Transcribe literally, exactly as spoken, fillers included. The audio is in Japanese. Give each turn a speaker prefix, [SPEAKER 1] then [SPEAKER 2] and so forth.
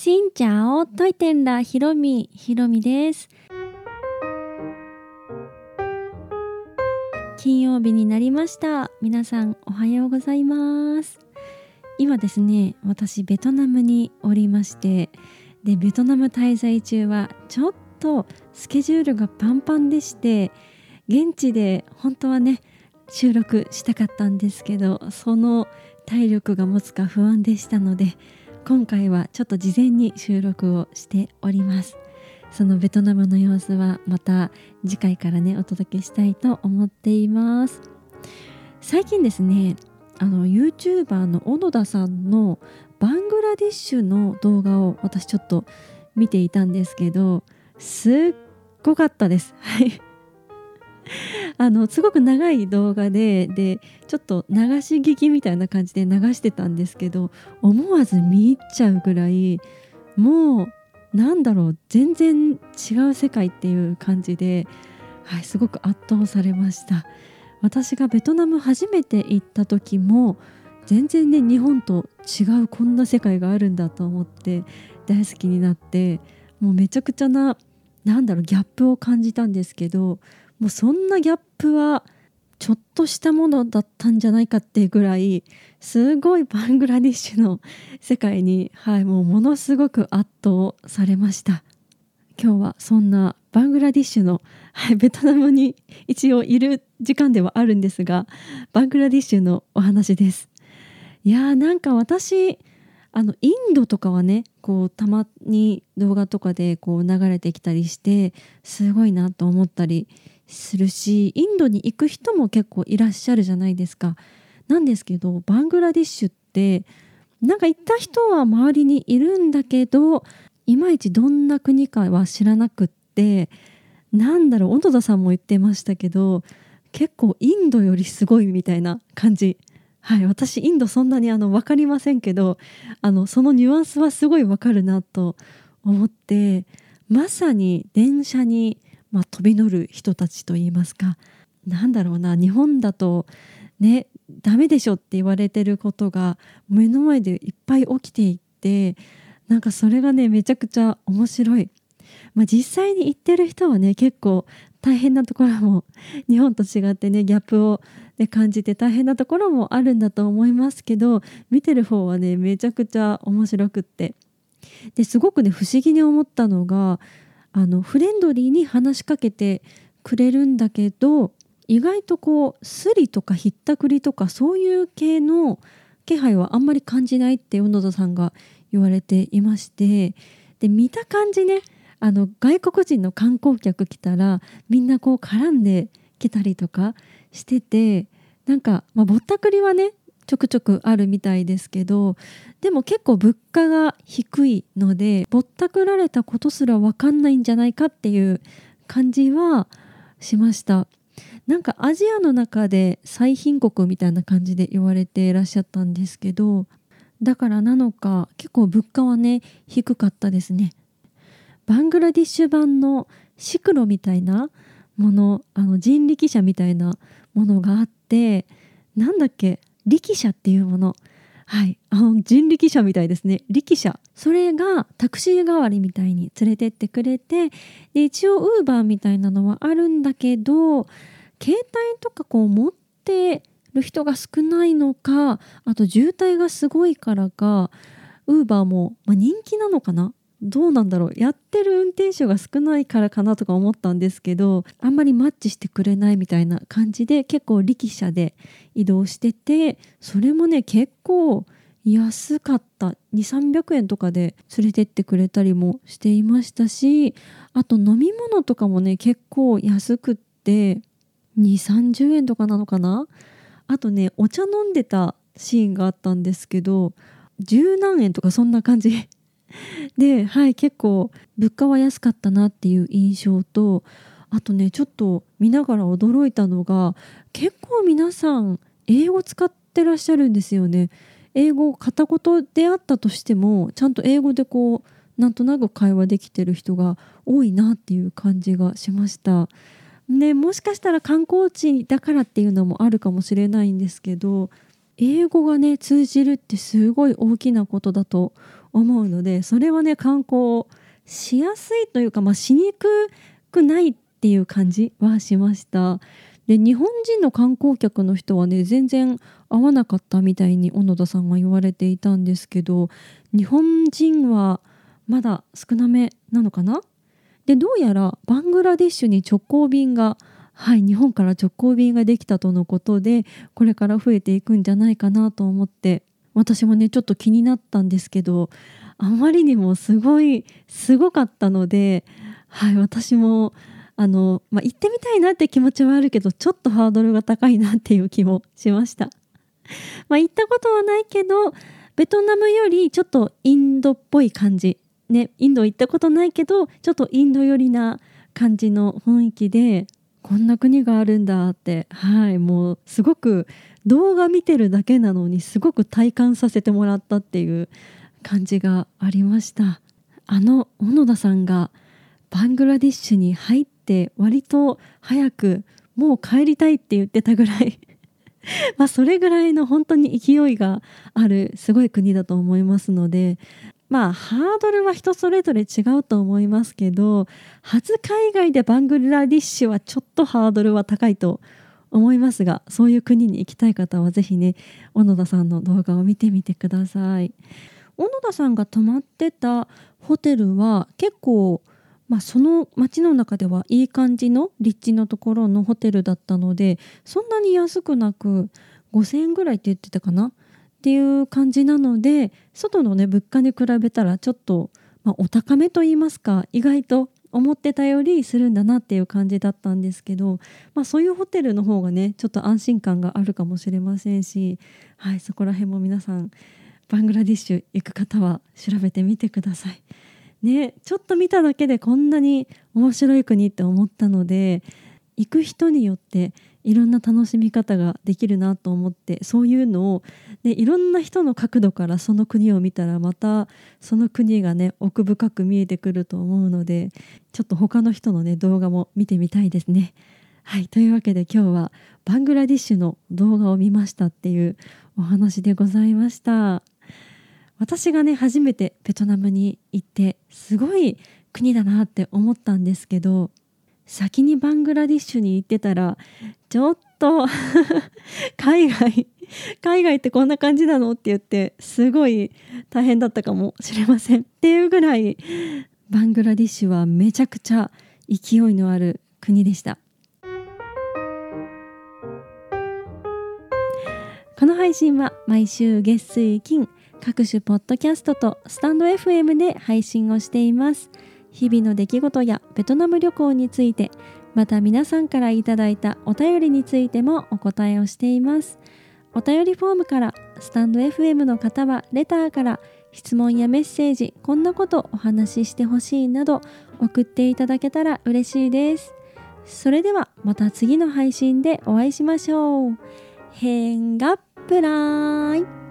[SPEAKER 1] しんちゃおといてんらひろみひろみです。金曜日になりました。皆さんおはようございます。今ですね、私ベトナムにおりまして、でベトナム滞在中はちょっとスケジュールがパンパンでして、現地で本当はね収録したかったんですけど、その体力が持つか不安でしたので、今回はちょっと事前に収録をしております。そのベトナムの様子はまた次回からねお届けしたいと思っています。最近ですね、あの YouTuber の小野田さんのバングラディッシュの動画を私ちょっと見ていたんですけど、すっごかったです。はいあのすごく長い動画ででちょっと流し聞きみたいな感じで流してたんですけど、思わず見入っちゃうぐらい、もうなんだろう、全然違う世界っていう感じで、はい、すごく圧倒されました。私がベトナム初めて行った時も全然ね日本と違う、こんな世界があるんだと思って大好きになって、もうめちゃくちゃななんだろうギャップを感じたんですけど、もうそんなギャップはちょっとしたものだったんじゃないかっていうぐらい、すごいバングラディッシュの世界に、はい、もうものすごく圧倒されました。今日はそんなバングラディッシュの、はい、ベトナムに一応いる時間ではあるんですが、バングラディッシュのお話です。いやー、なんか私あのインドとかはね、こうたまに動画とかでこう流れてきたりしてすごいなと思ったりするし、インドに行く人も結構いらっしゃるじゃないですか。なんですけどバングラディッシュってなんか行った人は周りにいるんだけど、いまいちどんな国かは知らなくって、なんだろう、小野田さんも言ってましたけど、結構インドよりすごいみたいな感じ。はい、私インドそんなにあの分かりませんけど、あのそのニュアンスはすごい分かるなと思って、まさに電車に、まあ、飛び乗る人たちといいますか、なんだろうな、日本だとねダメでしょって言われてることが目の前でいっぱい起きていって、なんかそれがねめちゃくちゃ面白い。まあ、実際に行ってる人はね結構大変なところも日本と違ってねギャップを、ね、感じて大変なところもあるんだと思いますけど、見てる方はねめちゃくちゃ面白くって、ですごくね不思議に思ったのが、あのフレンドリーに話しかけてくれるんだけど、意外とこうスリとかひったくりとかそういう系の気配はあんまり感じないって小野田さんが言われていまして、で見た感じね、あの外国人の観光客来たらみんなこう絡んできたりとかしてて、なんか、まあ、ぼったくりはねちょくちょくあるみたいですけど、でも結構物価が低いのでぼったくられたことすら分かんないんじゃないかっていう感じはしました。なんかアジアの中で最貧国みたいな感じで言われていらっしゃったんですけど、だからなのか結構物価はね低かったですね。バングラディッシュ版のシクロみたいなもの、あの人力車みたいなものがあって、なんだっけ、力車っていうもの、はい、あの人力車みたいですね、力車。それがタクシー代わりみたいに連れてってくれて、で一応ウーバーみたいなのはあるんだけど、携帯とかこう持ってる人が少ないのか、あと渋滞がすごいからか、ウーバーも、まあ、人気なのかな、どうなんだろう、やってる運転手が少ないからかなとか思ったんですけど、あんまりマッチしてくれないみたいな感じで結構力車で移動してて、それもね結構安かった。にせんさんびゃくえんとかで連れてってくれたりもしていましたし、あと飲み物とかもね結構安くってにじゅう、さんじゅうえんとかなのかな。あとねお茶飲んでたシーンがあったんですけど、十何円とかそんな感じで、はい、結構物価は安かったなっていう印象と、あとねちょっと見ながら驚いたのが、結構皆さん英語使ってらっしゃるんですよね。英語片言であったとしてもちゃんと英語でこうなんとなく会話できてる人が多いなっていう感じがしました。ね、もしかしたら観光地だからっていうのもあるかもしれないんですけど、英語がね通じるってすごい大きなことだと思うので、それはね観光しやすいというか、まあ、しにくくないっていう感じはしました。で日本人の観光客の人はね全然合わなかったみたいに小野田さんが言われていたんですけど、日本人はまだ少なめなのかな。でどうやらバングラディッシュに直行便が、はい、日本から直行便ができたとのことで、これから増えていくんじゃないかなと思って、私もねちょっと気になったんですけど、あまりにもすごいすごかったので、はい、私もあの、まあ、行ってみたいなって気持ちはあるけど、ちょっとハードルが高いなっていう気もしました。まあ、行ったことはないけど、ベトナムよりちょっとインドっぽい感じね、インド行ったことないけどちょっとインド寄りな感じの雰囲気で、こんな国があるんだって、はい、もうすごく動画見てるだけなのにすごく体感させてもらったっていう感じがありました。あの小野田さんがバングラディッシュに入って割と早くもう帰りたいって言ってたぐらいまあそれぐらいの本当に勢いがあるすごい国だと思いますので、まあハードルは人それぞれ違うと思いますけど、初海外でバングラディッシュはちょっとハードルは高いと思いますが、そういう国に行きたい方はぜひね小野田さんの動画を見てみてください。小野田さんが泊まってたホテルは結構、まあ、その街の中ではいい感じの立地のところのホテルだったので、そんなに安くなくごせんえんぐらいって言ってたかなっていう感じなので、外のね物価に比べたらちょっと、まあ、お高めと言いますか、意外と思ってたよりするんだなっていう感じだったんですけど、まあ、そういうホテルの方がねちょっと安心感があるかもしれませんし、はい、そこら辺も皆さんバングラディッシュ行く方は調べてみてくださいね。ちょっと見ただけでこんなに面白い国って思ったので、行く人によっていろんな楽しみ方ができるなと思って、そういうのを、ね、いろんな人の角度からその国を見たらまたその国がね奥深く見えてくると思うので、ちょっと他の人のね動画も見てみたいですね。はい、というわけで今日はバングラディッシュの動画を見ましたっていうお話でございました。私がね初めてベトナムに行ってすごい国だなって思ったんですけど、先にバングラディッシュに行ってたらちょっと海外海外ってこんな感じなのって言ってすごい大変だったかもしれませんっていうぐらい、バングラディッシュはめちゃくちゃ勢いのある国でした。この配信は毎週月水金各種ポッドキャストとスタンド エフエム で配信をしています。日々の出来事やベトナム旅行について、また皆さんからいただいたお便りについてもお答えをしています。お便りフォームから、スタンド エフエム の方はレターから質問やメッセージ、こんなことお話ししてほしいなど送っていただけたら嬉しいです。それではまた次の配信でお会いしましょう。変がプライ